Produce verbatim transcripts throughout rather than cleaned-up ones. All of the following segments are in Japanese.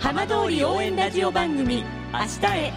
浜通り応援ラジオ番組明日へ。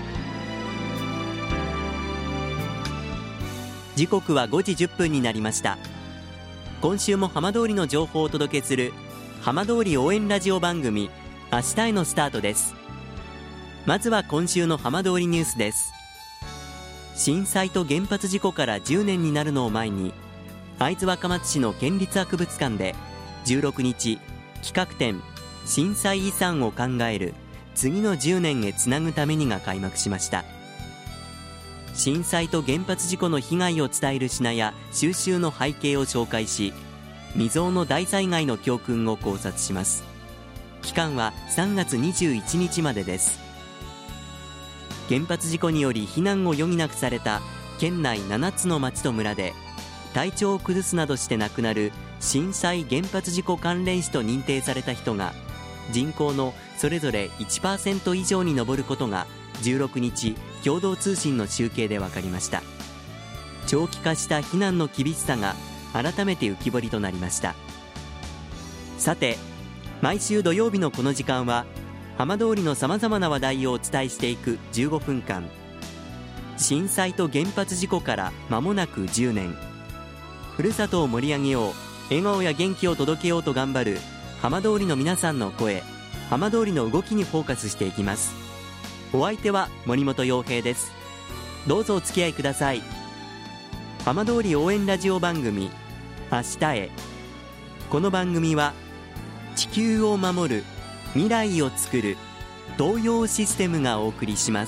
時刻はごじじゅっぷんになりました。今週も浜通りの情報をお届けする浜通り応援ラジオ番組明日へのスタートです。まずは今週の浜通りニュースです。震災と原発事故からじゅうねんになるのを前に、会津若松市の県立博物館でじゅうろくにち企画展震災遺産を考える次のじゅうねんへつなぐためにが開幕しました。震災と原発事故の被害を伝える品や収集の背景を紹介し、未曾有の大災害の教訓を考察します。期間はさんがつにじゅういちにちまでです。原発事故により避難を余儀なくされた県内ななつの町と村で、体調を崩すなどして亡くなる震災原発事故関連死と認定された人が人口のそれぞれ いちパーセント 以上に上ることがじゅうろくにち共同通信の集計で分かりました。長期化した避難の厳しさが改めて浮き彫りとなりました。さて、毎週土曜日のこの時間は浜通りのさまざまな話題をお伝えしていくじゅうごふんかん、震災と原発事故から間もなくじゅうねん、ふるさとを盛り上げよう、笑顔や元気を届けようと頑張る浜通りの皆さんの声、浜通りの動きにフォーカスしていきます。お相手は森本洋平です。どうぞお付き合いください。浜通り応援ラジオ番組明日へ。この番組は地球を守る、未来をつくる東洋システムがお送りします。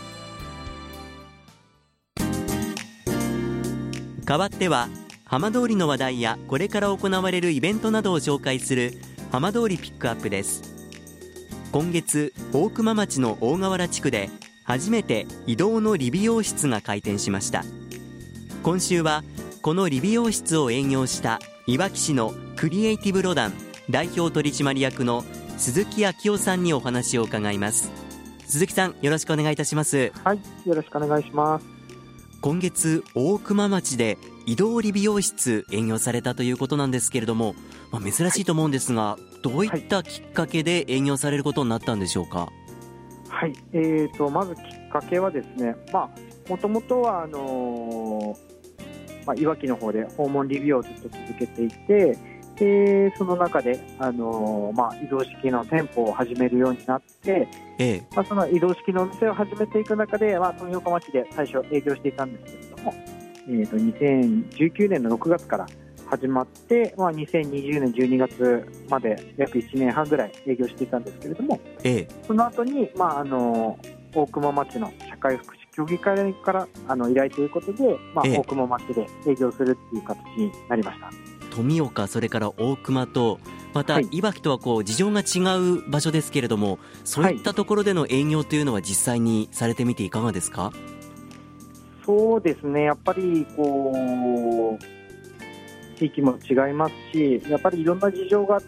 代わっては浜通りの話題やこれから行われるイベントなどを紹介する浜通りピックアップです。今月、大熊町の大河原地区で初めて移動の理美容室が開店しました。今週はこの理美容室を営業したいわき市のクリエイティブロダン代表取締役の鈴木昭夫さんにお話を伺います。鈴木さん、よろしくお願いいたします。 はい、よろしくお願いします。 今月、大熊町で移動理美容室営業されたということなんですけれども、まあ、珍しいと思うんですが、はい、どういったきっかけで営業されることになったんでしょうか。 はい、えーと、まずきっかけはですね、まあ、もともとはあのーまあ、いわきの方で訪問理美容をずっと続けていて、でその中で、あのーまあ、移動式の店舗を始めるようになって、ええまあ、その移動式のお店を始めていく中で、まあ、富岡町で最初営業していたんですけれども、えーとにせんじゅうきゅうねんのろくがつから始まって、まあ、にせんにじゅうねんじゅうにがつまで約いちねんはんぐらい営業していたんですけれども、ええ、その後に、まあ、あの大熊町の社会福祉協議会からあの依頼ということで、まあ、大熊町で営業するっていう形になりました。 富岡、それから大熊とまたいわきとはこう事情が違う場所ですけれども、そういったところでの営業というのは実際にされてみていかがですか。 そうですね、やっぱりこう地域も違いますし、やっぱりいろんな事情があって、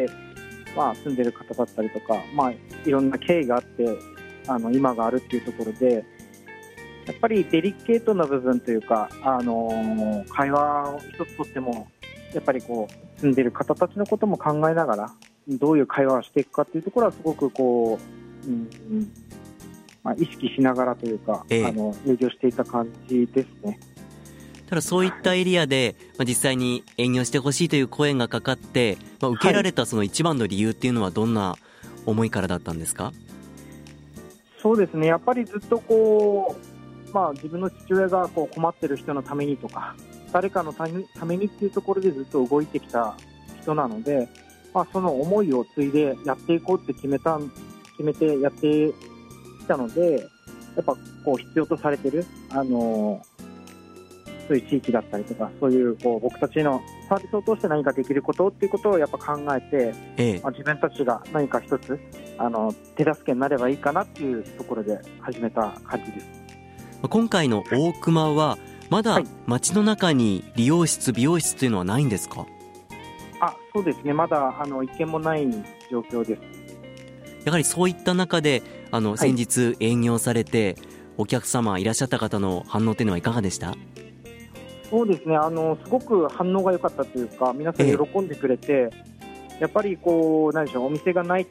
まあ、住んでる方だったりとか、まあ、いろんな経緯があってあの今があるっていうところで、やっぱりデリケートな部分というか、あの会話を一つとってもやっぱりこう住んでる方たちのことも考えながらどういう会話をしていくかというところはすごくこう、うんまあ、意識しながらというか、ええ、あの営業していた感じですね。 ただそういったエリアで、まあ、実際に営業してほしいという声がかかって、まあ、受けられたその一番の理由っていうのはどんな思いからだったんですか。はい、 そうですね、やっぱりずっとこう、まあ、自分の父親がこう困ってる人のためにとか誰かのためにっていうところでずっと動いてきた人なので、まあ、その思いを継いでやっていこうって決めた決めてやってきたので、やっぱこう必要とされてる、あのそういう地域だったりとか、そういうこう僕たちのサービスを通して何かできることっていうことをやっぱ考えて、ええまあ、自分たちが何か一つあの手助けになればいいかなっていうところで始めた感じです。 今回の大熊はまだ街の中に理容室、美容室というのはないんですか。 あ、そうですね、まだあの一件もない状況です。 やはりそういった中であの先日営業されて、はい、お客様いらっしゃった方の反応というのはいかがでした。 そうですね、あのすごく反応が良かったというか、皆さん喜んでくれて、ええ、やっぱりこう何でしょう、お店がないっ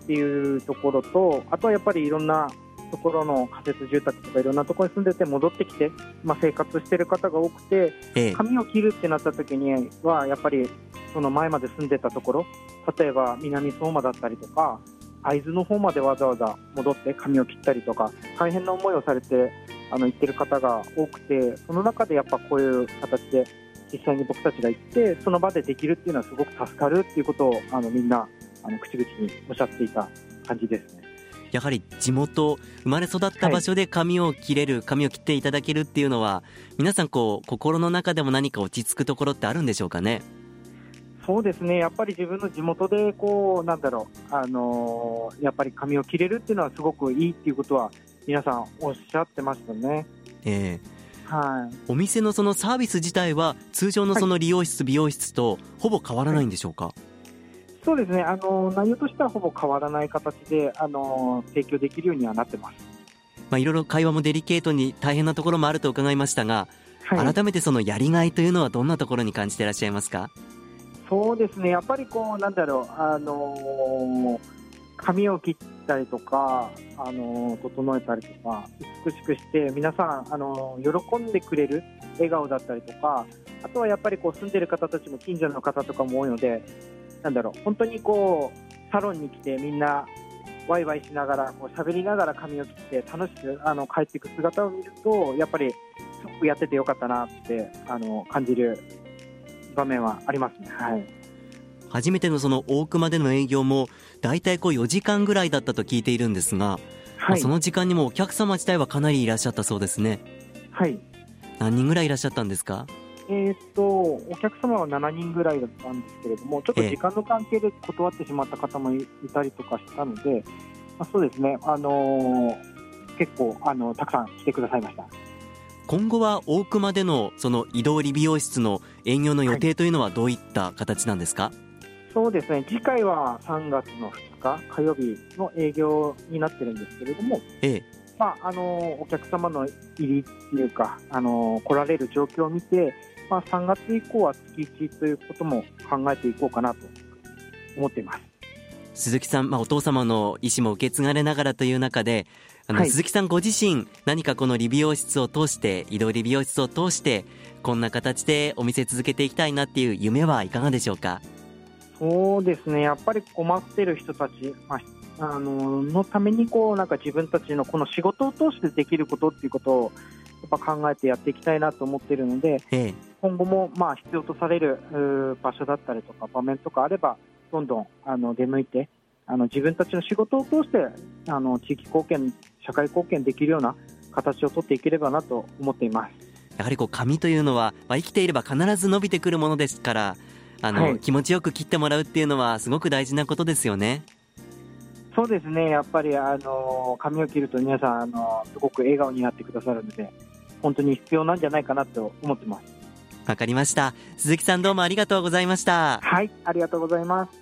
っていうところと、あとはやっぱりいろんなところの仮設住宅とかいろんなところに住んでて戻ってきて、まあ、生活している方が多くて、 ええ、 髪を切るってなった時にはやっぱりその前まで住んでたところ、例えば南相馬だったりとか会津の方までわざわざ戻って髪を切ったりとか大変な思いをされてあの行ってる方が多くて、その中でやっぱこういう形で実際に僕たちが行ってその場でできるっていうのはすごく助かるっていうことをあのみんなあの口々におっしゃっていた感じですね。 やはり地元生まれ育った場所で髪を切れる、はい、髪を切っていただけるっていうのは皆さんこう心の中でも何か落ち着くところってあるんでしょうかね。 そうですね、やっぱり自分の地元でこうなんだろう、あのー、やっぱり髪を切れるっていうのはすごくいいっていうことは皆さんおっしゃってましたね。 えーはい、 お店のそのサービス自体は通常のその理容室、はい、美容室とほぼ変わらないんでしょうか。はい、 そうですね、あの内容としてはほぼ変わらない形であの提供できるようにはなってます。 まあ、いろいろ会話もデリケートに大変なところもあると伺いましたが、はい、改めてそのやりがいというのはどんなところに感じていらっしゃいますか。 そうですね、やっぱりこうなんだろう、あのー、髪を切ったりとか、あのー、整えたりとか美しくして皆さん、あのー、喜んでくれる笑顔だったりとか、あとはやっぱりこう住んでる方たちも近所の方とかも多いので、なんだろう、本当にこうサロンに来てみんなワイワイしながらこう喋りながら髪を切って楽しくあの帰っていく姿を見ると、やっぱりすごくやっててよかったなってあの感じる場面はありますね。はい、 初めてのその大熊での営業もだいたいこうよじかんぐらいだったと聞いているんですが、はい、まあ、その時間にもお客様自体はかなりいらっしゃったそうですね。 はい、 何人ぐらいいらっしゃったんですか。 えー、とお客様はしちにんぐらいだったんですけれども、ちょっと時間の関係で断ってしまった方もいたりとかしたので、まあ、そうですね、あのー、結構あのたくさん来てくださいました。 今後は大熊でのその移動理美容室の営業の予定というのはどういった形なんですか。はい、そうですね、次回はさんがつのふつか火曜日の営業になってるんですけれども、ええ、まあ、あのお客様の入りっていうか、あの来られる状況を見て、まあ、さんがつ以降は月いちということも考えていこうかなと思っています。 鈴木さん、まあ、お父様の意思も受け継がれながらという中で、あの、はい、鈴木さんご自身何かこの理美容室を通して移動理美容室を通してこんな形でお店続けていきたいなっていう夢はいかがでしょうか。 そうですね、やっぱり困ってる人たち、まあ、あののためにこうなんか自分たちのこの仕事を通してできることっていうことをやっぱ考えてやっていきたいなと思っているので、ええ、今後もまあ必要とされる場所だったりとか場面とかあればどんどんあの出向いてあの自分たちの仕事を通してあの地域貢献社会貢献できるような形を取っていければなと思っています。 やはりこう髪というのは、まあ、生きていれば必ず伸びてくるものですからあの、はい、気持ちよく切ってもらうっていうのはすごく大事なことですよね。 そうですね、やっぱりあの髪を切ると皆さんあのすごく笑顔になってくださるので本当に必要なんじゃないかなと思ってます。 わかりました。鈴木さんどうもありがとうございました。 はい、ありがとうございます。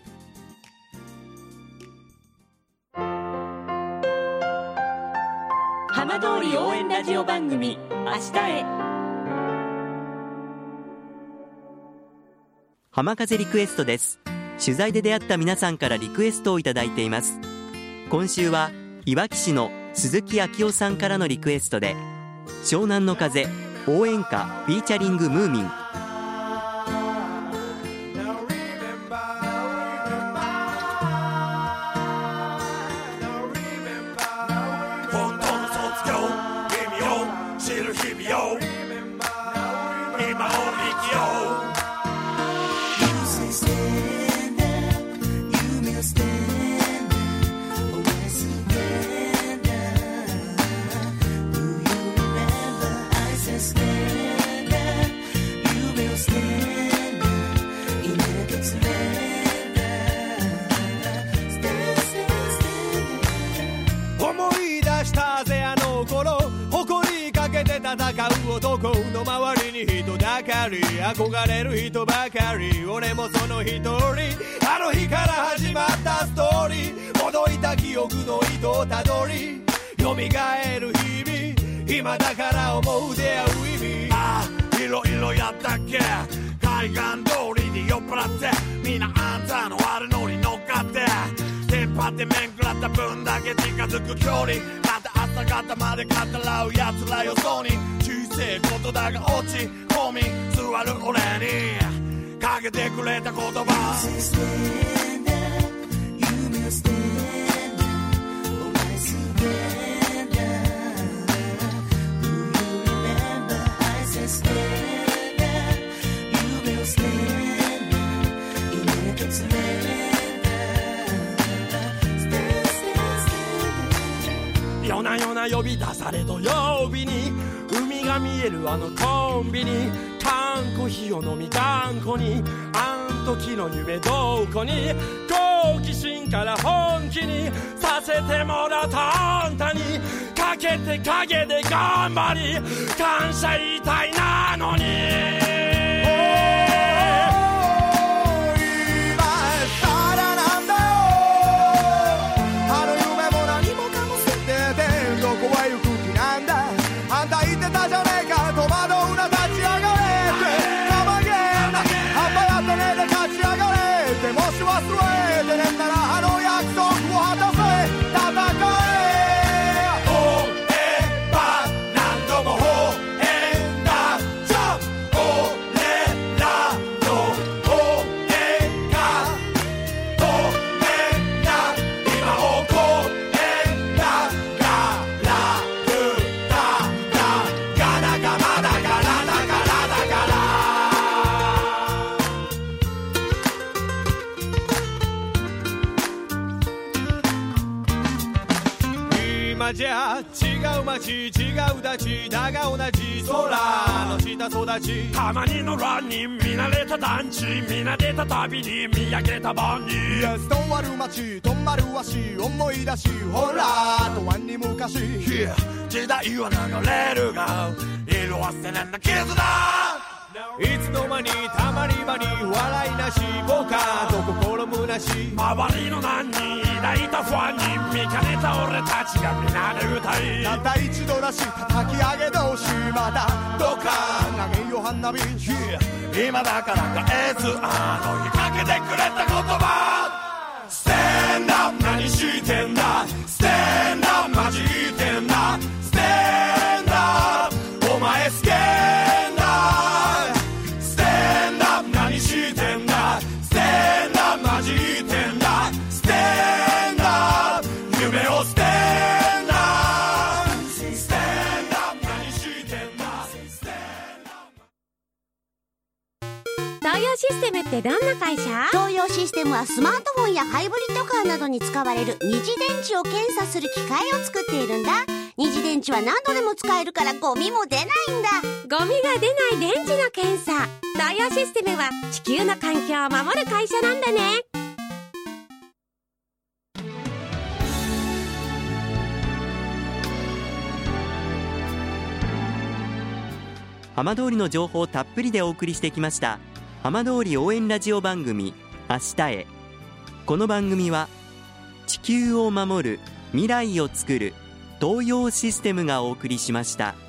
浜通り応援ラジオ番組明日へ。 浜風リクエストです。取材で出会った皆さんからリクエストをいただいています。今週はいわき市の鈴木昭夫さんからのリクエストで湘南の風応援歌フィーチャリングムーミン。 男の周りに人だかり憧れる人ばかり俺もその一人あの日から始まったストーリーほどいた記憶の糸をたどり蘇る日々今だから思う出会う意味ああいろいろやったっけ海岸通りで酔っ払ってみんなあんたの悪ノリ乗っかってテンパって面った分だけ近づく距離、また朝方まで語らう奴らよそに、小さいことだが落ち込み座る俺にかけてくれた言葉、夢を捨て夜な夜な呼び出され土曜日に海が見えるあのコンビニ、缶コーヒーを飲み頑固にあん時の夢どこに、好奇心から本気にさせてもらったあんたにかけて陰で頑張り感謝言いたいなのに、じゃあ違う街違う立ちだが同じ空の下育ち、たまにのランに見慣れた団地、見慣れた旅に見上げた晩に、イエスとある街止まる足思い出し、ほらとわんに昔、yeah、時代は流れるが色あせなんだ傷だ、いつの間にたまり場に笑いなしボカと心虚し、周りの何人抱いたファンに見かねた俺たちが皆で歌い、たった一度らし叩き上げ同士まだどっか投げよ花火、yeah、今だから返すあの日かけてくれた言葉、ステンダップ何してんだ、ステンダップマジ言ってんだ、ステンダップお前スケンダステンダップ何してんだ、ステンダップマジ言ってんだ、ステンダップ夢をステンダップ、ステンダップ何してんだ、ステンダップ。 東洋システムってどんな会社？ 東洋システムはスマートフォンやハイブリッドカーなどに使われる二次電池を検査する機械を作っているんだ。二次電池は何度でも使えるからゴミも出ないんだ。 ゴミが出ない電池の検査。東洋システムは地球の環境を守る会社なんだね。 浜通りの情報をたっぷりでお送りしてきました浜通り応援ラジオ番組明日へ。この番組は地球を守る未来をつくる東洋システムがお送りしました。